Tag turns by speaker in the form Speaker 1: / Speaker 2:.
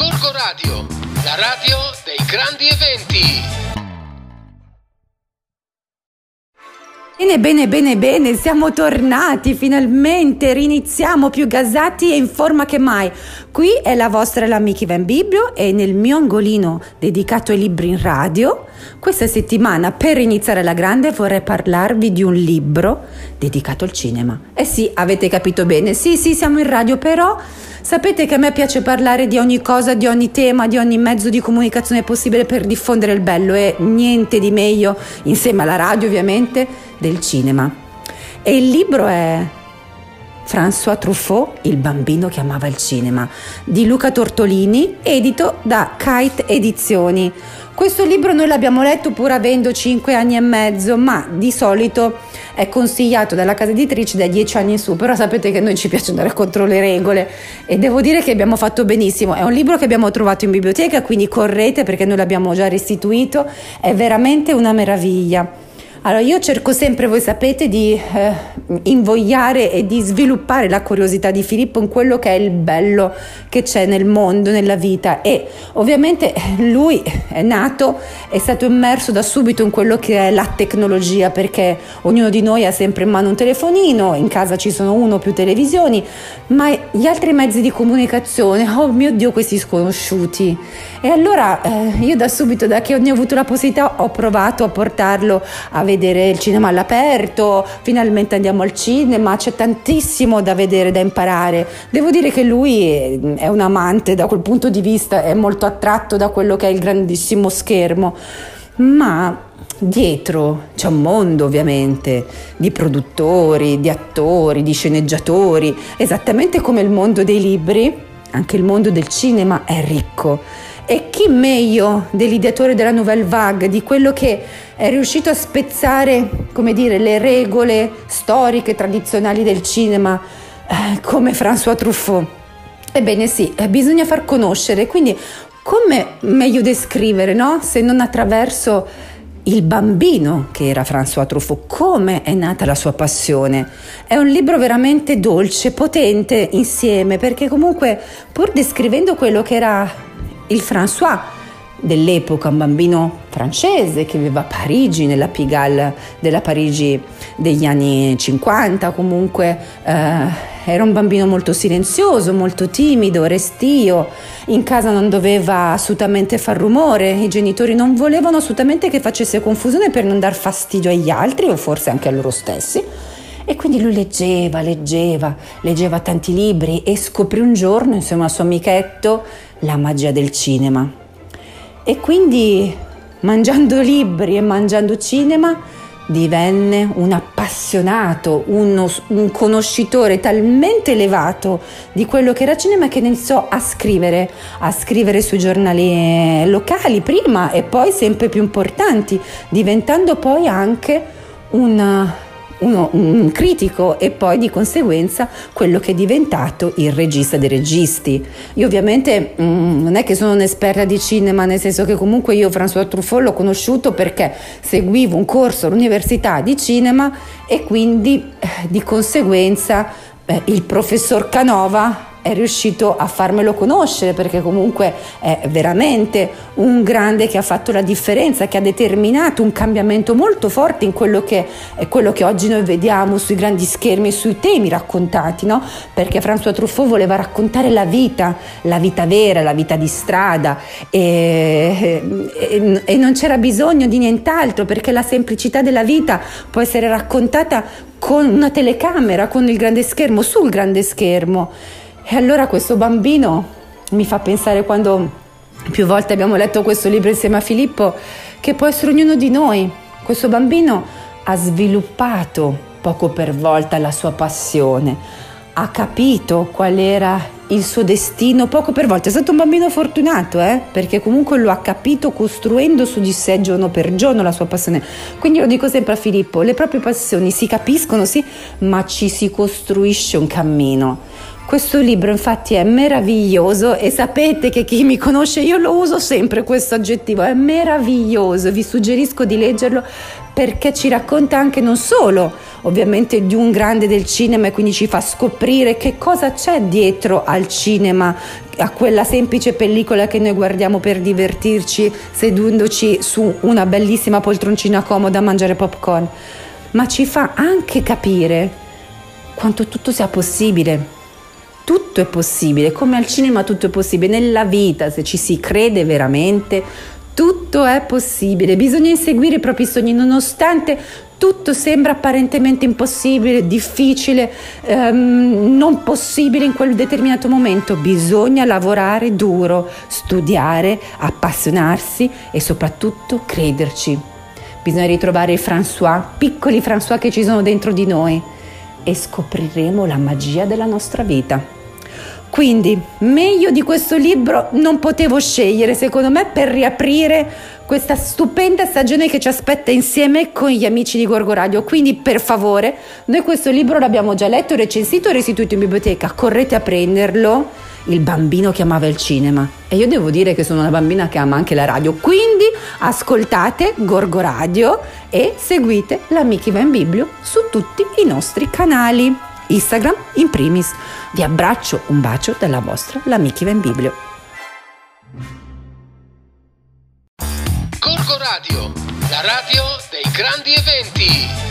Speaker 1: Gorgo Radio, la radio dei grandi eventi.
Speaker 2: Bene, siamo tornati, finalmente riniziamo più gasati e in forma che mai. Qui è la vostra l'Amici Van Biblio e nel mio angolino dedicato ai libri in radio, questa settimana per iniziare alla grande vorrei parlarvi di un libro dedicato al cinema. Sì, avete capito bene, sì, siamo in radio, però sapete che a me piace parlare di ogni cosa, di ogni tema, di ogni mezzo di comunicazione possibile per diffondere il bello e niente di meglio, insieme alla radio ovviamente, del cinema. E il libro è François Truffaut, Il bambino che amava il cinema, di Luca Tortolini, edito da Kite Edizioni. Questo libro noi l'abbiamo letto pur avendo 5 anni e mezzo, ma di solito è consigliato dalla casa editrice da 10 anni in su, però sapete che a noi ci piace andare contro le regole e devo dire che abbiamo fatto benissimo. È un libro che abbiamo trovato in biblioteca, quindi correte perché noi l'abbiamo già restituito, è veramente una meraviglia. Allora, io cerco sempre, voi sapete, di invogliare e di sviluppare la curiosità di Filippo in quello che è il bello che c'è nel mondo, nella vita, e ovviamente lui è nato, è stato immerso da subito in quello che è la tecnologia, perché ognuno di noi ha sempre in mano un telefonino, in casa ci sono uno o più televisioni, ma gli altri mezzi di comunicazione, oh mio Dio, questi sconosciuti. E allora io da subito, da che ne ho avuto la possibilità, ho provato a portarlo a vedere il cinema all'aperto. Finalmente andiamo al cinema, c'è tantissimo da vedere, da imparare. Devo dire che lui è un amante da quel punto di vista, è molto attratto da quello che è il grandissimo schermo, ma dietro c'è un mondo ovviamente di produttori, di attori, di sceneggiatori, esattamente come il mondo dei libri. Anche il mondo del cinema è ricco. E chi meglio dell'ideatore della Nouvelle Vague, di quello che è riuscito a spezzare, come dire, le regole storiche, tradizionali del cinema, come François Truffaut? Ebbene sì, bisogna far conoscere, quindi come meglio descrivere, no? Se non attraverso il bambino che era François Truffaut, come è nata la sua passione. È un libro veramente dolce, potente insieme, perché comunque pur descrivendo quello che era il François dell'epoca, un bambino francese che viveva a Parigi, nella Pigalle della Parigi degli anni 50, comunque era un bambino molto silenzioso, molto timido, restio, in casa non doveva assolutamente far rumore, i genitori non volevano assolutamente che facesse confusione per non dar fastidio agli altri o forse anche a loro stessi. E quindi lui leggeva tanti libri e scoprì un giorno insieme al suo amichetto la magia del cinema. E quindi, mangiando libri e mangiando cinema, divenne un appassionato, un conoscitore talmente elevato di quello che era cinema che iniziò a scrivere sui giornali locali prima e poi sempre più importanti, diventando poi anche un critico e poi di conseguenza quello che è diventato il regista dei registi. Io ovviamente non è che sono un'esperta di cinema, nel senso che comunque io François Truffaut l'ho conosciuto perché seguivo un corso all'università di cinema e quindi di conseguenza il professor Canova è riuscito a farmelo conoscere, perché comunque è veramente un grande che ha fatto la differenza, che ha determinato un cambiamento molto forte in quello che oggi noi vediamo sui grandi schermi, sui temi raccontati, no? Perché François Truffaut voleva raccontare la vita vera, la vita di strada e non c'era bisogno di nient'altro, perché la semplicità della vita può essere raccontata con una telecamera, con il grande schermo, sul grande schermo. E allora questo bambino mi fa pensare, quando più volte abbiamo letto questo libro insieme a Filippo, che può essere ognuno di noi. Questo bambino ha sviluppato poco per volta la sua passione, ha capito qual era il suo destino poco per volta. È stato un bambino fortunato, perché comunque lo ha capito costruendo su di sé giorno per giorno la sua passione. Quindi lo dico sempre a Filippo, le proprie passioni si capiscono, sì, ma ci si costruisce un cammino. Questo libro infatti è meraviglioso e sapete che chi mi conosce, io lo uso sempre questo aggettivo, è meraviglioso, vi suggerisco di leggerlo perché ci racconta anche non solo ovviamente di un grande del cinema, e quindi ci fa scoprire che cosa c'è dietro al cinema, a quella semplice pellicola che noi guardiamo per divertirci sedendoci su una bellissima poltroncina comoda a mangiare popcorn, ma ci fa anche capire quanto tutto sia possibile. Tutto è possibile, come al cinema tutto è possibile, nella vita se ci si crede veramente tutto è possibile. Bisogna inseguire i propri sogni nonostante tutto sembra apparentemente impossibile, difficile, non possibile in quel determinato momento. Bisogna lavorare duro, studiare, appassionarsi e soprattutto crederci. Bisogna ritrovare i François, piccoli François che ci sono dentro di noi, e scopriremo la magia della nostra vita. Quindi meglio di questo libro non potevo scegliere, secondo me, per riaprire questa stupenda stagione che ci aspetta insieme con gli amici di Gorgo Radio. Quindi per favore, noi questo libro l'abbiamo già letto, recensito e restituito in biblioteca, correte a prenderlo. Il bambino che amava il cinema, e io devo dire che sono una bambina che ama anche la radio, quindi ascoltate Gorgo Radio e seguite la Mickey Va in Biblio su tutti i nostri canali, Instagram in primis. Vi abbraccio, un bacio dalla vostra la Mickey Va in Biblio.
Speaker 1: Gorgo Radio, la radio dei grandi eventi.